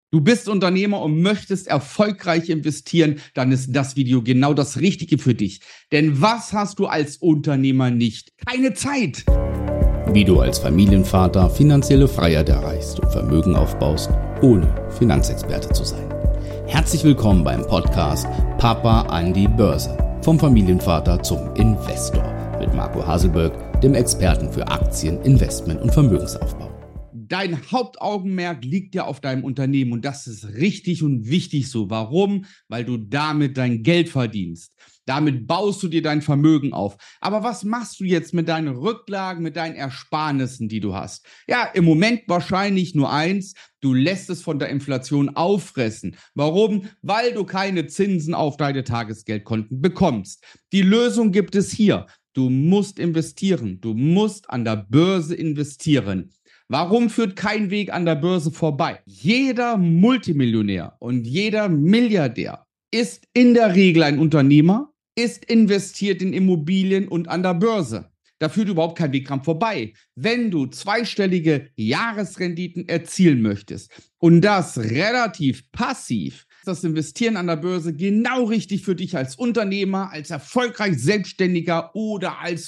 Du bist Unternehmer und möchtest erfolgreich investieren, dann ist das Video genau das Richtige für dich. Denn was hast du als Unternehmer nicht? Keine Zeit. Wie du als Familienvater finanzielle Freiheit erreichst und Vermögen aufbaust, ohne Finanzexperte zu sein. Herzlich willkommen beim Podcast Papa an die Börse. Vom Familienvater zum Investor mit Marco Haselberg, dem Experten für Aktien, Investment und Vermögensaufbau. Dein Hauptaugenmerk liegt ja auf deinem Unternehmen und das ist richtig und wichtig so. Warum? Weil du damit dein Geld verdienst. Damit baust du dir dein Vermögen auf. Aber was machst du jetzt mit deinen Rücklagen, mit deinen Ersparnissen, die du hast? Ja, im Moment wahrscheinlich nur eins: Du lässt es von der Inflation auffressen. Warum? Weil du keine Zinsen auf deine Tagesgeldkonten bekommst. Die Lösung gibt es hier. Du musst investieren. Du musst an der Börse investieren. Warum führt kein Weg an der Börse vorbei? Jeder Multimillionär und jeder Milliardär ist in der Regel ein Unternehmer, ist investiert in Immobilien und an der Börse. Da führt überhaupt kein Weg dran vorbei. Wenn du zweistellige Jahresrenditen erzielen möchtest und das relativ passiv, ist das Investieren an der Börse genau richtig für dich als Unternehmer, als erfolgreich Selbstständiger oder als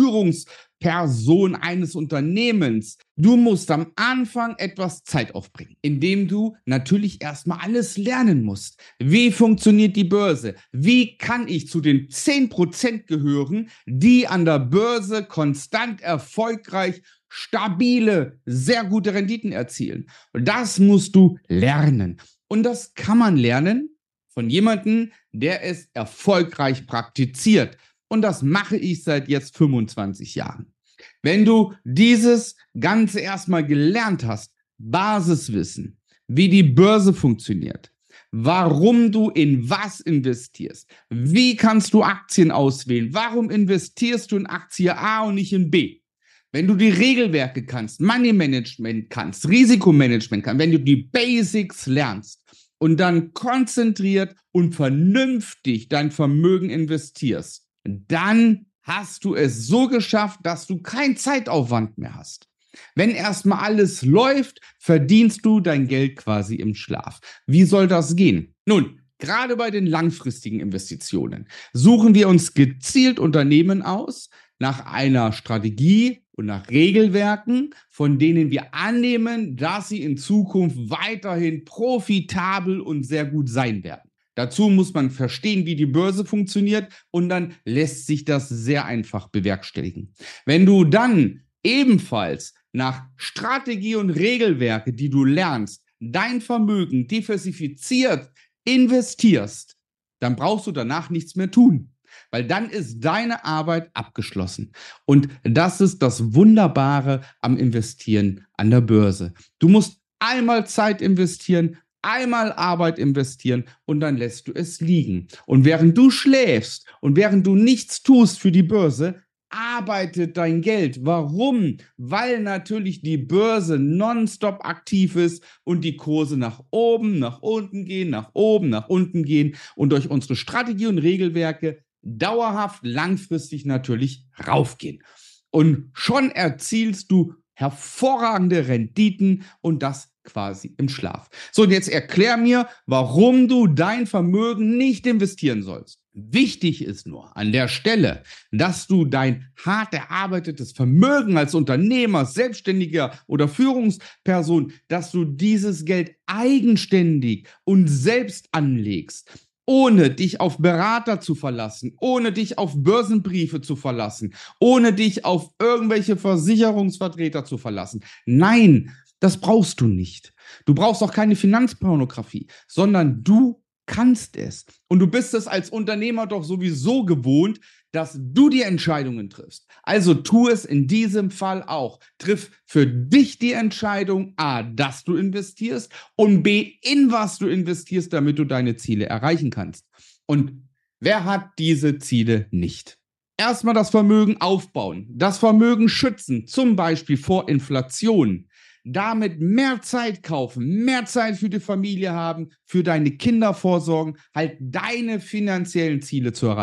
Führungsperson eines Unternehmens. Du musst am Anfang etwas Zeit aufbringen, indem du natürlich erstmal alles lernen musst. Wie funktioniert die Börse? Wie kann ich zu den 10% gehören, die an der Börse konstant erfolgreich stabile, sehr gute Renditen erzielen? Und das musst du lernen. Und das kann man lernen von jemandem, der es erfolgreich praktiziert. Und das mache ich seit jetzt 25 Jahren. Wenn du dieses Ganze erstmal gelernt hast, Basiswissen, wie die Börse funktioniert, warum du in was investierst, wie kannst du Aktien auswählen, warum investierst du in Aktie A und nicht in B, wenn du die Regelwerke kannst, Money Management kannst, Risikomanagement kannst, wenn du die Basics lernst und dann konzentriert und vernünftig dein Vermögen investierst, dann hast du es so geschafft, dass du keinen Zeitaufwand mehr hast. Wenn erstmal alles läuft, verdienst du dein Geld quasi im Schlaf. Wie soll das gehen? Nun, gerade bei den langfristigen Investitionen suchen wir uns gezielt Unternehmen aus, nach einer Strategie und nach Regelwerken, von denen wir annehmen, dass sie in Zukunft weiterhin profitabel und sehr gut sein werden. Dazu muss man verstehen, wie die Börse funktioniert, und dann lässt sich das sehr einfach bewerkstelligen. Wenn du dann ebenfalls nach Strategie und Regelwerke, die du lernst, dein Vermögen diversifiziert investierst, dann brauchst du danach nichts mehr tun. Weil dann ist deine Arbeit abgeschlossen. Und das ist das Wunderbare am Investieren an der Börse. Du musst einmal Zeit investieren, einmal Arbeit investieren und dann lässt du es liegen. Und während du schläfst und während du nichts tust für die Börse, arbeitet dein Geld. Warum? Weil natürlich die Börse nonstop aktiv ist und die Kurse nach oben, nach unten gehen, nach oben, nach unten gehen und durch unsere Strategie und Regelwerke dauerhaft, langfristig natürlich raufgehen. Und schon erzielst du hervorragende Renditen und das quasi im Schlaf. So, und jetzt erklär mir, warum du dein Vermögen nicht investieren sollst. Wichtig ist nur an der Stelle, dass du dein hart erarbeitetes Vermögen als Unternehmer, Selbstständiger oder Führungsperson, dass du dieses Geld eigenständig und selbst anlegst, ohne dich auf Berater zu verlassen, ohne dich auf Börsenbriefe zu verlassen, ohne dich auf irgendwelche Versicherungsvertreter zu verlassen. Nein, das brauchst du nicht. Du brauchst auch keine Finanzpornografie, sondern du kannst es. Und du bist es als Unternehmer doch sowieso gewohnt, dass du die Entscheidungen triffst. Also tu es in diesem Fall auch. Triff für dich die Entscheidung, A, dass du investierst, und B, in was du investierst, damit du deine Ziele erreichen kannst. Und wer hat diese Ziele nicht? Erstmal das Vermögen aufbauen, das Vermögen schützen, zum Beispiel vor Inflation. Damit mehr Zeit kaufen, mehr Zeit für die Familie haben, für deine Kinder vorsorgen, halt deine finanziellen Ziele zu erreichen.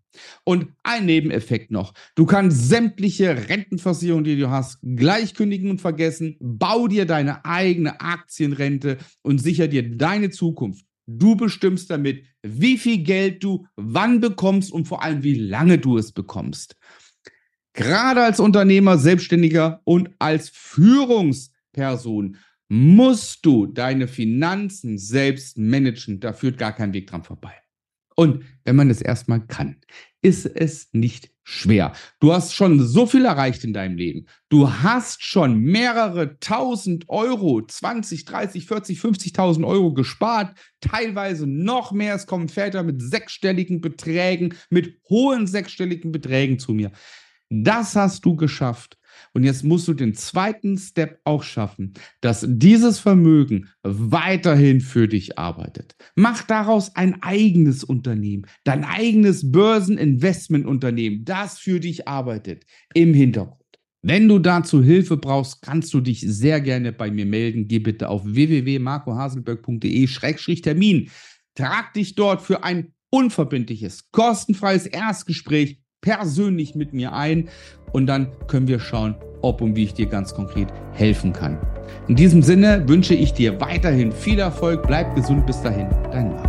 Und ein Nebeneffekt noch. Du kannst sämtliche Rentenversicherungen, die du hast, gleich kündigen und vergessen. Bau dir deine eigene Aktienrente und sicher dir deine Zukunft. Du bestimmst damit, wie viel Geld du wann bekommst und vor allem, wie lange du es bekommst. Gerade als Unternehmer, Selbstständiger und als Führungsperson musst du deine Finanzen selbst managen. Da führt gar kein Weg dran vorbei. Und wenn man es erstmal kann, ist es nicht schwer. Du hast schon so viel erreicht in deinem Leben. Du hast schon mehrere tausend Euro, 20, 30, 40, 50.000 Euro gespart. Teilweise noch mehr. Es kommen Väter mit sechsstelligen Beträgen, mit hohen sechsstelligen Beträgen zu mir. Das hast du geschafft. Und jetzt musst du den zweiten Step auch schaffen, dass dieses Vermögen weiterhin für dich arbeitet. Mach daraus ein eigenes Unternehmen, dein eigenes Börseninvestmentunternehmen, das für dich arbeitet im Hintergrund. Wenn du dazu Hilfe brauchst, kannst du dich sehr gerne bei mir melden. Geh bitte auf www.marcohaselberg.de/Termin. Trag dich dort für ein unverbindliches, kostenfreies Erstgespräch persönlich mit mir ein und dann können wir schauen, ob und wie ich dir ganz konkret helfen kann. In diesem Sinne wünsche ich dir weiterhin viel Erfolg, bleib gesund, bis dahin, dein Marco.